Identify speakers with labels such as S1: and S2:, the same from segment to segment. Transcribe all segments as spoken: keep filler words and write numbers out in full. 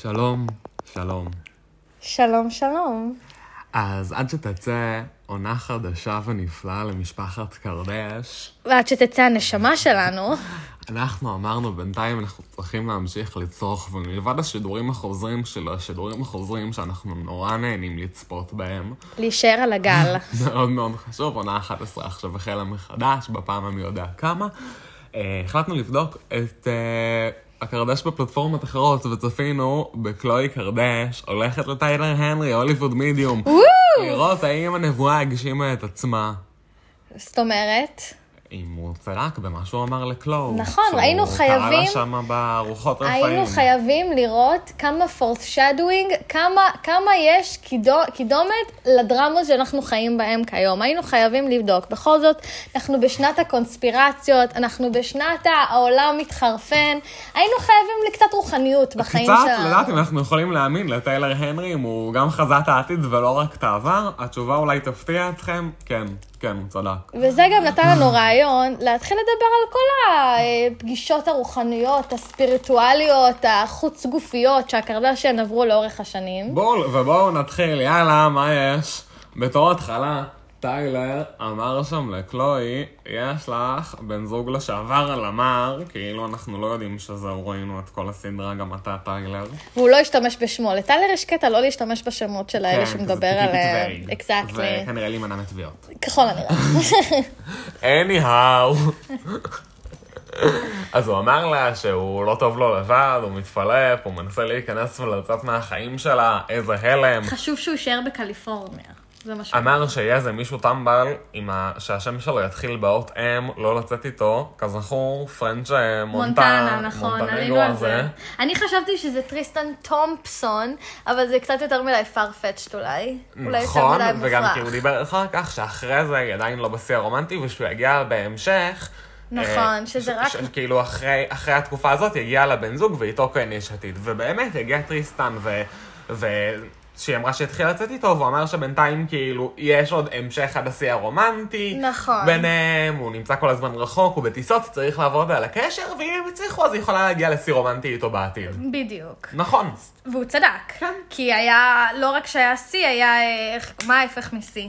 S1: שלום, שלום.
S2: שלום, שלום.
S1: אז עד שתצא עונה חדשה ונפלאה למשפחת קרדש,
S2: ועד שתצא הנשמה שלנו,
S1: אנחנו אמרנו בינתיים אנחנו צריכים להמשיך לצרוך, ומלבד השידורים החוזרים של השידורים החוזרים שאנחנו נורא נהנים לצפות בהם,
S2: להישאר על הגל.
S1: מאוד מאוד חשוב, עונה אחת עשרה עכשיו החלה מחדש, בפעם אני יודע כמה. אה, החלטנו לבדוק את... אה, הקרדש בפלטפורמות אחרות, וצפינו בקלוי קרדש, הולכת לטיילר הנרי, הוליווד מידיום. לראות האם הנבואה הגשימה את עצמה.
S2: זאת אומרת?
S1: אם הוא רוצה רק במה שהוא אמר לקלוי.
S2: נכון, היינו חייבים...
S1: שהוא קרא לה שמה ברוחות רפאים.
S2: היינו חייבים לראות כמה foreshadowing, כמה, כמה יש קידו, קידומת לדרמות שאנחנו חיים בהם כיום. היינו חייבים לבדוק. בכל זאת, אנחנו בשנת הקונספירציות, אנחנו בשנת העולם מתחרפן, היינו חייבים לקצת רוחניות בחיים
S1: קצת,
S2: שלנו.
S1: קצת, לדעת אם אנחנו יכולים להאמין לטיילר הנרי, אם הוא גם חזה את העתיד ולא רק את העבר. התשובה אולי תפתיע אתכם? כן. כן, הוא צדק.
S2: וזה גם נתן לנו רעיון להתחיל לדבר על כל הפגישות הרוחניות, הספיריטואליות, החוץ גופיות שהקרדשיין עברו לאורך השנים.
S1: בואו, ובואו נתחיל, יאללה, מה יש? בתור התחלה, טיילר אמר שם לקלוי, יש לך בן זוג לשעבר על אמר, כאילו אנחנו לא יודעים שזהו, ראינו את כל הסדרה, גם אתה טיילר.
S2: והוא לא השתמש בשמו, לטיילר יש קטע לא להשתמש בשמות של האלה שמדבר עליהם.
S1: אקזקטלי. וכנראה לי מנה מתביעות.
S2: ככל הנראה.
S1: anyhow. אז הוא אמר לה שהוא לא טוב לו לבד, הוא מתפלפ, הוא מנסה להיכנס ולצאת מהחיים שלה, איזה הלם.
S2: חשוב שהוא יישאר בקליפורניה.
S1: אמר שיהיה איזה מישהו טמבל שהשם שלו יתחיל באות אם, לא לצאת איתו, כזכור, פרנץ' מונטנה,
S2: נכון, עלינו על זה. אני חשבתי שזה טריסטן תומפסון, אבל זה קצת יותר מדי פארפצ'ט אולי.
S1: נכון, וגם כי הוא דיבר אחר כך שאחרי זה היא עדיין לא בשיא הרומנטי, ושהוא יגיע בהמשך,
S2: נכון, שזה רק...
S1: כאילו אחרי התקופה הזאת יגיע לבן זוג ואיתו כן יש עתיד, ובאמת יגיע טריסטן ו... שהיא אמרה שהתחילה לצאת איתו, והוא אמר שבינתיים כאילו יש עוד המשך עד השיא הרומנטי.
S2: נכון.
S1: ביניהם, הוא נמצא כל הזמן רחוק, הוא בטיסות, צריך לעבוד על הקשר, ואם הם יצליחו, אז היא יכולה להגיע לשיא רומנטי איתו בעתיד.
S2: בדיוק.
S1: נכון.
S2: והוא צדק.
S1: כן.
S2: כי היה, לא רק שהיה שיא, היה, מה ההפך משיא?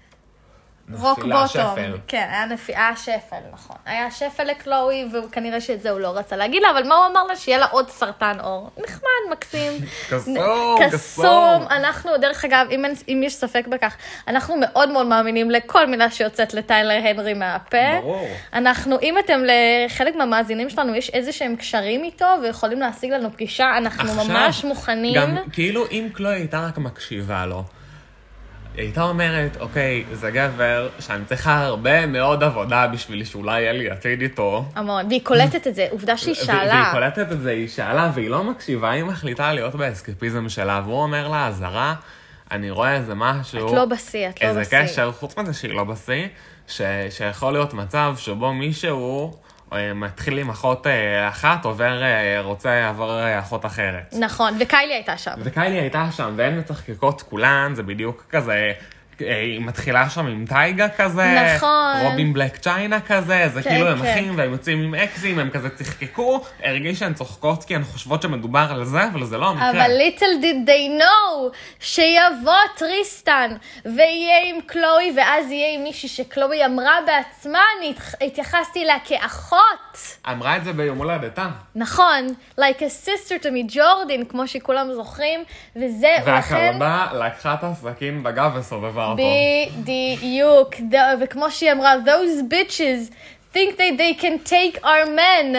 S2: רוק בוטום. כן, היה נפיעה שפל, נכון. היה שפל לקלוי, וכנראה שאת זה הוא לא רצה להגיד לה, אבל מה הוא אמר לה? שיהיה לה עוד סרטן אור. נחמד, מקסים.
S1: קסום,
S2: קסום. אנחנו, דרך אגב, אם, אם יש ספק בכך, אנחנו מאוד מאוד מאמינים לכל מילה שיוצאת לטיילר הנרי מהפה.
S1: ברור.
S2: אנחנו, אם אתם לחלק מהמאזינים שלנו, יש איזה שהם קשרים איתו, ויכולים להשיג לנו פגישה, אנחנו עכשיו, ממש מוכנים.
S1: גם כאילו אם קלוי הייתה רק מקשיבה לו, היא הייתה אומרת, אוקיי, זה גבר שאני צריכה הרבה מאוד עבודה בשביל שאולי יהיה לי עתיד איתו.
S2: המון, והיא קולטת את זה, עובדה שהיא שאלה.
S1: והיא קולטת את זה, היא שאלה, והיא לא מקשיבה, היא מחליטה להיות באסקפיזם שלה, והוא אומר לה, זרה, אני רואה איזה משהו...
S2: את לא בשיא, את לא בשיא.
S1: איזה קשר, חוץ מזה שהיא לא בשיא, שיכול להיות מצב שבו מישהו... מתחיל עם אחות אחת, עובר, רוצה לעבור אחות אחרת.
S2: נכון, וקיילי הייתה שם.
S1: וקיילי הייתה שם, והן מצחקקות כולן, זה בדיוק כזה, היא מתחילה שם עם טייגה כזה,
S2: נכון.
S1: רובין בלק צ'יינה כזה, זה
S2: כן,
S1: כאילו הם
S2: כן.
S1: אחים, והם יוצאים עם אקסים, הם כזה צחקקו, הרגיש שהן צוחקות כי הן חושבות שמדובר על זה, אבל זה לא המקרה.
S2: אבל little did they know שיבוא טריסטן, ויהיה עם קלוי, ואז יהיה עם מישהי שקלוי אמרה בעצמה, אני התייחסתי לה כאחות.
S1: אמרה את זה ביום הולדתה.
S2: נכון, like a sister to me, ג'ורדין, כמו שכולם זוכרים, וזה,
S1: והכלבה לקחה את הסכין בגב וסובבה אותו.
S2: בדיוק, וכמו שהיא אמרה, those bitches think that they can take our men.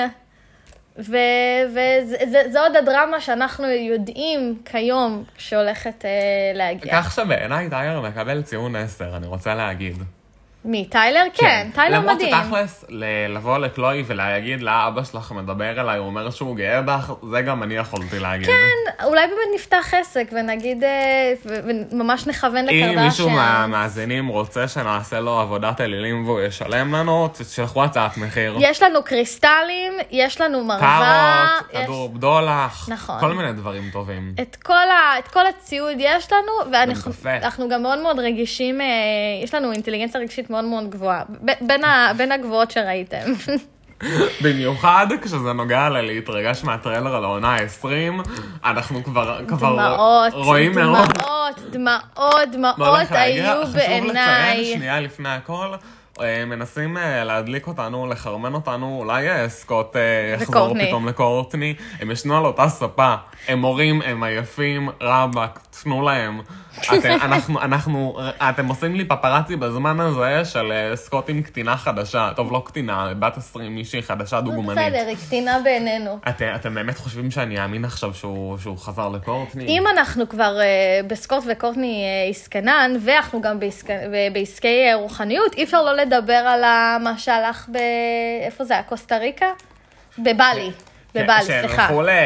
S2: וזו עוד הדרמה שאנחנו יודעים כיום שהולכת להגיע.
S1: כך שבעיניי טיילר מקבל ציון עשר, אני רוצה להגיד.
S2: מי? טיילר? כן, טיילר מדהים.
S1: למרות שתכלס, לבוא לקלוי ולהגיד לה, אבא שלך מדבר אליי, הוא אומר שהוא גאה בך, זה גם אני יכולתי להגיד.
S2: כן, אולי באמת נפתח עסק ונגיד, וממש נכוון לקרדשיין.
S1: אם מישהו מהמאזינים רוצה שנעשה לו עבודת אלילים והוא ישלם לנו, תשלחו הצעת מחיר.
S2: יש לנו קריסטלים, יש לנו מרווה.
S1: קארות, כדור בדולח,
S2: נכון.
S1: כל מיני דברים טובים.
S2: את כל, ה, את כל הציוד יש לנו, ואנחנו גם מאוד מאוד רגישים, יש לנו אינטליגנציה רגשית מאוד מאוד גבוהה, בין, ה, בין הגבוהות שראיתם.
S1: במיוחד כשזה נוגע ללהתרגש מהטריילר על העונה ה-עשרים, אנחנו כבר
S2: דמעות,
S1: רואים
S2: דמעות, דמעות, דמעות היו בעיניי.
S1: חשוב לציין שנייה לפני הכל, מנסים להדליק אותנו, לחרמן אותנו, אולי סקוט יחזור פתאום לקורטני, הם ישנו על אותה ספה, הם מורים, הם עייפים, רבק, תנו להם. אתם, אנחנו, אנחנו, אתם עושים לי פפרצי בזמן הזה של סקוט עם קטינה חדשה, טוב לא קטינה, בת עשרים מישהי חדשה דוגמנית.
S2: בסדר, היא קטינה בעינינו.
S1: אתם, אתם באמת חושבים שאני אאמין עכשיו שהוא, שהוא חזר לקורטני?
S2: אם אנחנו כבר uh, בסקוט וקורטני uh, עסקנן, ואנחנו גם בעסק, בעסקי uh, רוחניות, אי אפשר לא לדבר על מה שהלך ב... איפה זה? קוסטה ריקה? בבלי. בבלי, סליחה.
S1: שהלכו ל...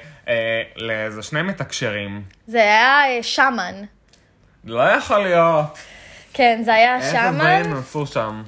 S1: לאיזה שני מתקשרים.
S2: זה היה שמן.
S1: לא יכול להיות.
S2: כן, זה היה שמן.
S1: איזה דברים עשו שם.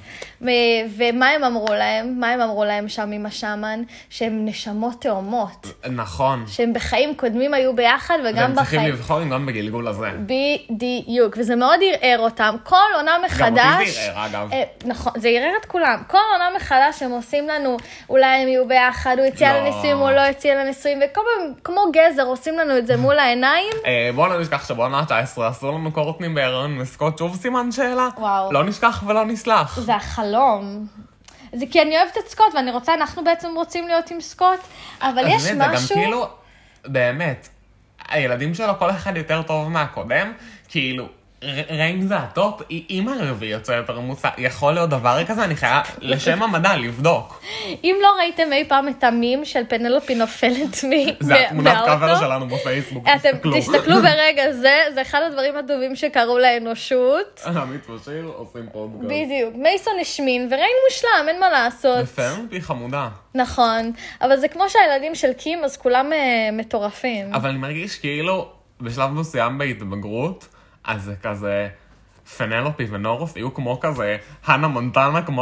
S2: ומה הם אמרו להם? מה הם אמרו להם שם עם השמן? שהם נשמות תאומות.
S1: נכון.
S2: שהם בחיים קודמים היו ביחד וגם בחיים.
S1: והם צריכים לבחור גם בגלגול הזה.
S2: בדיוק, וזה מאוד ערער אותם. כל עונה מחדש...
S1: גם אותי זה ערער, אגב.
S2: נכון, זה ערער את כולם. כל עונה מחדש הם עושים לנו, אולי הם יהיו ביחד, הוא הציע לניסויים או לא הציע לניסויים, וכל פעם, כמו גזר, עושים לנו את זה מול העיניים.
S1: בואו לא נשכח שבעונה תשע עשרה עשו לנו קורטני בהיריון מסקוט, שוב סימן שאלה.
S2: וואו.
S1: לא נשכח ולא נסלח.
S2: זה החלום. זה כי אני אוהבת את סקוט, ואני רוצה, אנחנו בעצם רוצים להיות עם סקוט, אבל יש
S1: באמת,
S2: משהו...
S1: זה גם כאילו, באמת, הילדים שלו כל אחד יותר טוב מהקודם, כאילו, ריין זה הטופ, אם הרביעי יוצא יותר מוסע, יכול להיות דבר כזה, אני חייב לשם המדע לבדוק.
S2: אם לא ראיתם אי פעם את המים של פנלופי נופלת באוטו,
S1: זה התמונת קאבר שלנו בפייסבוק,
S2: אתם תסתכלו ברגע זה, זה אחד הדברים הטובים שקרו לאנושות.
S1: עמית ושיר עושים פודקאסט.
S2: בדיוק, מייסון השמין וריין מושלם, אין מה לעשות.
S1: בפרנטי חמודה.
S2: נכון, אבל זה כמו שהילדים של קים, אז כולם מטורפים.
S1: אבל אני מרגיש כאילו, בשלב מסוים בהתבגרות, אז זה כזה, פנלופי ונורוף יהיו כמו כזה, הנה מונטנה כמו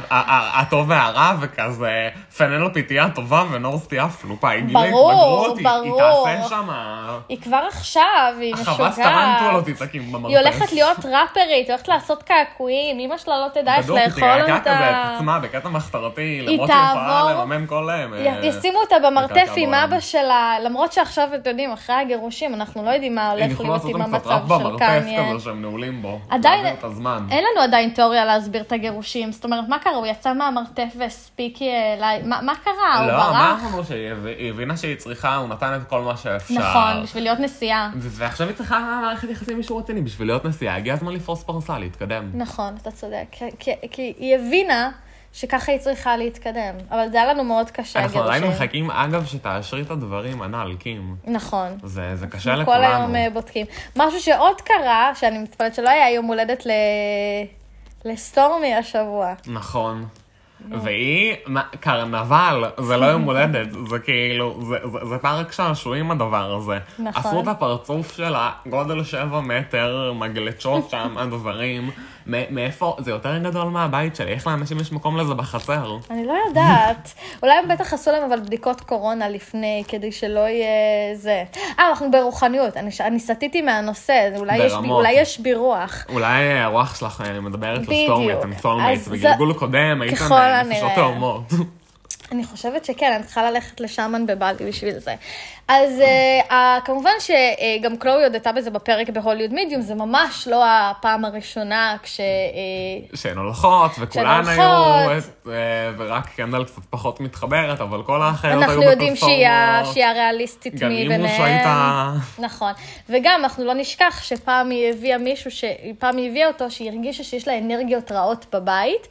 S1: הטוב והרע, וכזה, פנלופי תהיה הטובה ונורוף תהיה הפלופה.
S2: ברור, ברור.
S1: היא תעשה שם...
S2: היא כבר עכשיו, היא משוגעת.
S1: החווה סטרנטולו תתקים במרפס.
S2: היא הולכת להיות ראפרית, היא הולכת לעשות קעקועים, אמא שלה לא תדע איך לאכול אותה.
S1: בדוק, היא תהיה כזה את עצמה, בקטע מחתרתי, למרות שהיא יכולה לממן כל...
S2: ישימו אותה במרתף עם אבא שלה, למרות שעכשיו, אתם יודעים, אחרי הגירושים, אנחנו לא יודעים מה הולך להיות עם המצב של קניה. עדיין, אין לנו עדיין תיאוריה להסביר את הגירושים, זאת אומרת, מה קרה? הוא יצא מהמרתף והספיק אליי, מה קרה? הוא ברח?
S1: לא, מה אמרנו שהיא הבינה שהיא צריכה, הוא נתן את כל מה שאפשר.
S2: נכון, בשביל להיות נסיעה.
S1: ועכשיו היא צריכה מערכת יחסים מישהו רציני, בשביל להיות נסיעה, הגיע הזמן לפרוס פרסה, להתקדם.
S2: נכון, אתה צודק, כי היא הבינה שככה היא צריכה להתקדם, אבל זה היה לנו מאוד קשה,
S1: אנחנו עדיין מחכים, אגב, שתאשרי את הדברים, הנ"ל, קים.
S2: נכון.
S1: זה, זה קשה לכולנו.
S2: כל היום בודקים. משהו שעוד קרה, שאני מתפלאת שלא היה יום הולדת ל... לסטורמי השבוע.
S1: נכון. והיא, קרנבל, זה לא יום הולדת, זה כאילו, זה, זה, זה פארק שעשועים הדבר הזה. נכון. עשו את הפרצוף שלה, גודל שבע מטר, מגלצ'ות שם, הדברים. מאיפה, זה יותר גדול מהבית שלי, איך לאנשים יש מקום לזה בחצר?
S2: אני לא יודעת. אולי הם בטח עשו להם אבל בדיקות קורונה לפני, כדי שלא יהיה זה. אה, אנחנו ברוחניות, אני, אני סתיתי מהנושא, אולי יש, אולי יש ברוח.
S1: אולי הרוח שלך מדברת לסטורמי, אתם סטורמייטס, בגלגול קודם, הייתם נפשות תאומות.
S2: אני חושבת שכן, אני צריכה ללכת לשמן בבלתי בשביל זה. אז uh, כמובן שגם קלואי הודתה בזה בפרק בהוליווד מידיום, זה ממש לא הפעם הראשונה כש...
S1: שהן הולכות, וכולן היו, ורק קנדל קצת פחות מתחברת, אבל כל האחרות היו
S2: אנחנו יודעים שהיא הריאליסטית מביניהם.
S1: גם שהייתה...
S2: נכון. וגם אנחנו לא נשכח שפעם היא הביאה מישהו, שפעם היא הביאה אותו, שהיא הרגישה שיש לה אנרגיות רעות בבית,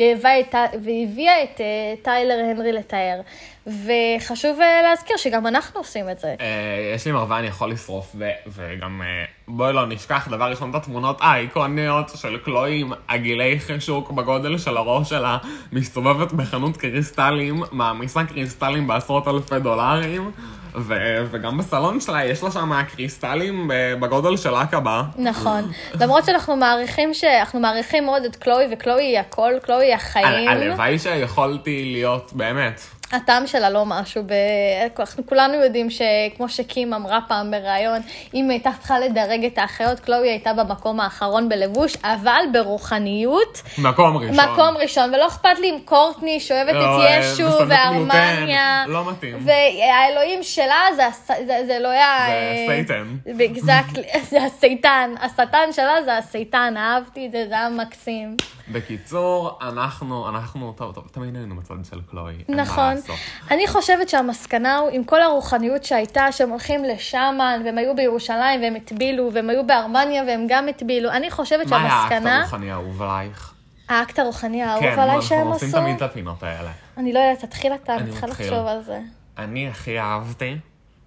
S2: והביאה את טיילר הנרי לתאר. וחשוב להזכיר שגם אנחנו עושים את זה.
S1: יש לי מרווה, אני יכול לשרוף, וגם בואי לא נשכח דבר ראשון את התמונות האיקוניות של קלואי עם עגילי חישוק בגודל של הראש שלה, מסתובבת בחנות קריסטלים, מעמיסה קריסטלים בעשרות אלפי דולרים, וגם בסלון שלה יש לה שם קריסטלים בגודל של עקבה.
S2: נכון. למרות שאנחנו מעריכים שאנחנו מעריכים מאוד את קלואי, וקלואי היא הכל, קלואי היא החיים.
S1: הלוואי שיכולתי להיות באמת.
S2: הטעם שלה לא משהו, ב... אנחנו כולנו יודעים שכמו שקים אמרה פעם בראיון, אם הייתה צריכה לדרג את האחיות, קלואי הייתה במקום האחרון בלבוש, אבל ברוחניות,
S1: מקום ראשון.
S2: מקום ראשון, ולא אכפת לי עם קורטני, שאוהבת
S1: לא,
S2: את ישו והארמניה,
S1: לא מתאים.
S2: והאלוהים שלה זה, זה, זה אלוהי ה...
S1: זה סייטן.
S2: באקזקטלי, זה הסייטן, השטן שלה זה הסייטן, אהבתי את זה, זה היה מקסים.
S1: בקיצור, אנחנו, אנחנו, טוב, טוב, תמיד היינו מצד של קלואי.
S2: נכון. אני חושבת שהמסקנה הוא, עם כל הרוחניות שהייתה, שהם הולכים לשמן, והם היו בירושלים, והם הטבילו, והם היו בארמניה, והם גם הטבילו. אני חושבת
S1: שהמסקנה... מה
S2: שהמסקנה...
S1: היה האקט הרוחני האהוב עלייך?
S2: האקט הרוחני האהוב
S1: כן,
S2: עליי שהם
S1: אנחנו
S2: עשו?
S1: עושים תמיד את הפינות האלה.
S2: אני לא יודעת, תתחיל אתה, אני צריכה
S1: מתחיל.
S2: לחשוב על זה.
S1: אני הכי אהבתי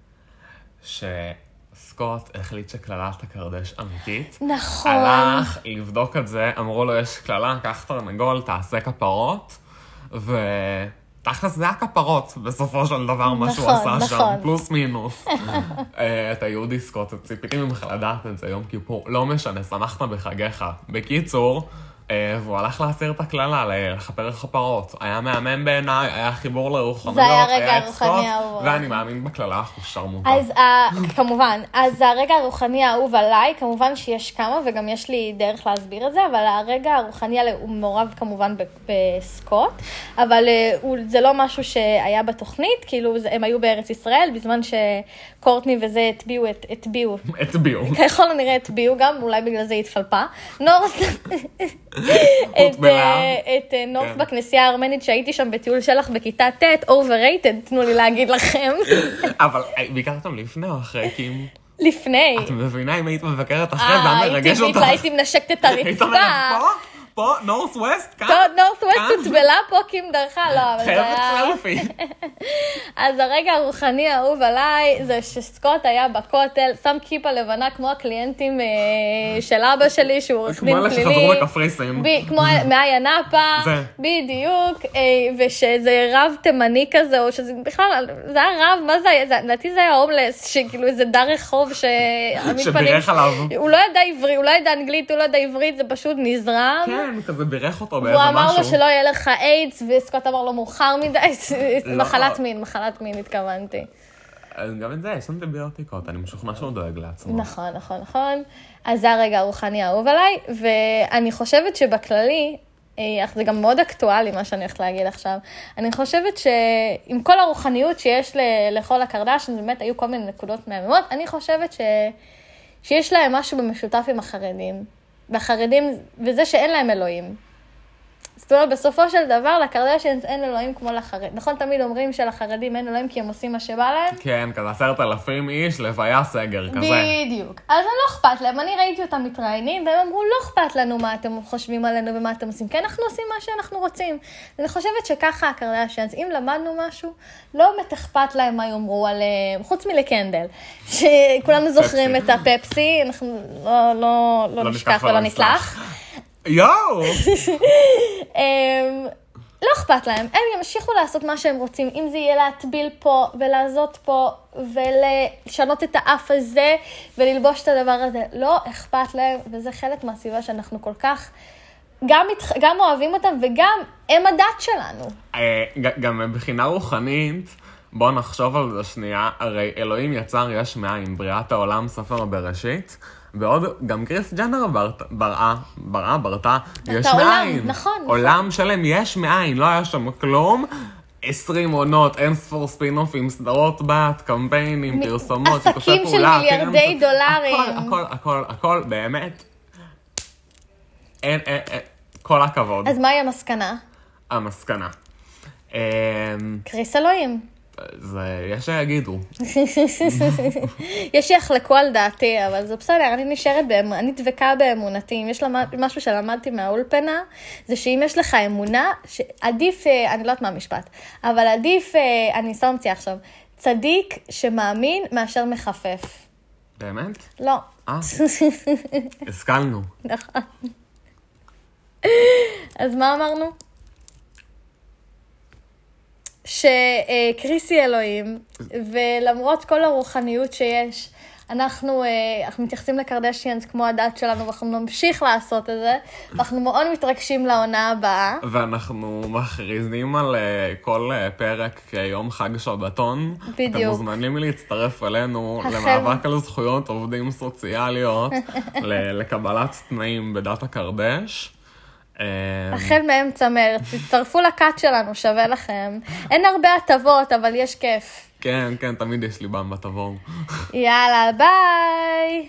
S1: שסקוט החליט שקללת הקרדש אמיתית.
S2: נכון.
S1: הלך לבדוק את זה, אמרו לו יש קללה, קח תרנגול, תעשה כפרות, ותכלס זה היה כפרות, בסופו של דבר מה שהוא
S2: נכון,
S1: עשה
S2: נכון.
S1: שם, פלוס מינוס. אה, את היהודי סקוט, ציפיתי ממך לדעת את זה יום כיפור, לא משנה, שמחת בחגיך. בקיצור, אה, והוא הלך להסיר את הכללה, לכפר כפרות. היה מהמם בעיניי, היה חיבור לרוחניות,
S2: זה היה רגע
S1: את סקוט,
S2: רוחני אהוב.
S1: ואני מאמין בכללה אחושרמוטה.
S2: אז uh, כמובן, אז הרגע הרוחני האהוב עליי, כמובן שיש כמה, וגם יש לי דרך להסביר את זה, אבל הרגע הרוחני עליי הוא מעורב כמובן ב- בסקוט, אבל uh, הוא, זה לא משהו שהיה בתוכנית, כאילו זה, הם היו בארץ ישראל, בזמן שקורטני וזה הטביעו, את, הטביעו.
S1: הטביעו.
S2: ככל הנראה הטביעו גם, אולי בגלל זה התפלפה. נורס, את, את נורס בכנסייה הארמנית שהייתי שם בטיול שלך בכיתה ט', overrated, תנו לי להגיד לכם.
S1: אבל ביקרתם לפני או אחרי, כי אם...
S2: לפני.
S1: את מבינה, אם היית מבקרת אחרי, זה היה מרגש אותך.
S2: הייתי מנשקת את הרצפה.
S1: היית אומרת, פה, פה, נורס ווסט, כאן.
S2: נורס ווסט הוטבלה פה קים דרכה, לא, אבל זה
S1: חייבת
S2: היה...
S1: סלפי.
S2: אז הרגע הרוחני האהוב עליי, זה שסקוט היה בכותל, שם כיפה לבנה כמו הקליינטים של אבא שלי, שהוא עורך דין פלילי.
S1: כמו אלה שחזרו לקפריסין.
S2: כמו מאיה נאפה,
S1: זה.
S2: בדיוק, ושזה רב תימני כזה, או שזה בכלל, זה היה רב, מה זה היה? לדעתי זה היה הומלס, שכאילו איזה דר רחוב
S1: שבירך עליו.
S2: הוא לא ידע עברית, הוא לא ידע אנגלית, הוא לא ידע עברית, זה פשוט נזרם.
S1: כן, כזה בירך אותו באיזה
S2: משהו.
S1: משהו.
S2: הוא אמר לו שלא יהיה לך איידס, וסקוט אמר לו מאוחר מדי, מחלת מין, מחלת מין התכוונתי.
S1: גם את זה, יש אנטיביוטיקות, אני משוכנע שהוא דואג לעצמו.
S2: נכון, נכון, נכון. אז זה הרגע הרוחני האהוב עליי, ואני חושבת שבכללי, אך זה גם מאוד אקטואלי מה שאני הולכת להגיד עכשיו, אני חושבת שעם כל הרוחניות שיש לכל הקרדשן, באמת היו כל מיני נקודות מהממות, אני חושבת ש... שיש להם משהו במשותף עם החרדים, והחרדים, וזה שאין להם אלוהים. זאת אומרת, בסופו של דבר, לקרדשנס אין אלוהים כמו לחרדים. נכון, תמיד אומרים שלחרדים אין אלוהים כי הם עושים מה שבא להם?
S1: כן, כזה עשרת אלפים איש, לוויה סגר כזה.
S2: בדיוק. אז לא אכפת להם. אני ראיתי אותם מתראיינים, והם אמרו, לא אכפת לנו מה אתם חושבים עלינו ומה אתם עושים. כן, אנחנו עושים מה שאנחנו רוצים. אני חושבת שככה הקרדשנס, אם למדנו משהו, לא באמת אכפת להם מה יאמרו עליהם, חוץ מלקנדל. שכולנו זוכרים את הפפסי, אנחנו לא, לא, לא נשכח ולא נסלח.
S1: יואו!
S2: לא אכפת להם, הם ימשיכו לעשות מה שהם רוצים, אם זה יהיה להטביל פה ולעזות פה ולשנות את האף הזה וללבוש את הדבר הזה, לא אכפת להם, וזה חלק מהסביבה שאנחנו כל כך גם, גם אוהבים אותם וגם הם הדת שלנו.
S1: גם מבחינה רוחנית, בואו נחשוב על זה שנייה, הרי אלוהים יצר יש מאין, בריאת העולם ספר בראשית, ועוד גם קריס ג'נר בראה, בראה, ברתה, יש מאין.
S2: נכון.
S1: עולם שלם יש מאין, לא היה שם כלום. עשרים עונות, אין ספור ספינופים, סדרות בת, קמפיינים, פרסומות,
S2: עסקים של מיליארדי דולרים.
S1: הכל, הכל, הכל, באמת. אין, אין, אין, כל הכבוד.
S2: אז מהי המסקנה?
S1: המסקנה.
S2: קריס אלוהים.
S1: זה, יש שיגידו.
S2: יש שיחלקו על דעתי, אבל זה בסדר, אני נשארת באמונה, אני דבקה באמונתי. אם יש משהו שלמדתי מהאולפנה, זה שאם יש לך אמונה, עדיף, אני לא יודעת מה המשפט, אבל עדיף, אני סתם מציעה עכשיו, צדיק שמאמין מאשר מחפף.
S1: באמת?
S2: לא.
S1: אה, השכלנו.
S2: נכון. אז מה אמרנו? שקריסי אלוהים, ולמרות כל הרוחניות שיש, אנחנו, אנחנו מתייחסים לקרדשיאנס כמו הדת שלנו, ואנחנו נמשיך לעשות את זה, ואנחנו מאוד מתרגשים לעונה הבאה.
S1: ואנחנו מכריזים על כל פרק כיום חג שבתון.
S2: בדיוק.
S1: אתם מוזמנים להצטרף אלינו
S2: החל...
S1: למאבק על זכויות עובדים סוציאליות, לקבלת תנאים בדת הקרדש.
S2: החל מאמצע מרץ, תצטרפו לקאט שלנו, שווה לכם. אין הרבה הטבות, אבל יש כיף.
S1: כן, כן, תמיד יש לי במבה, תבואו.
S2: יאללה, ביי!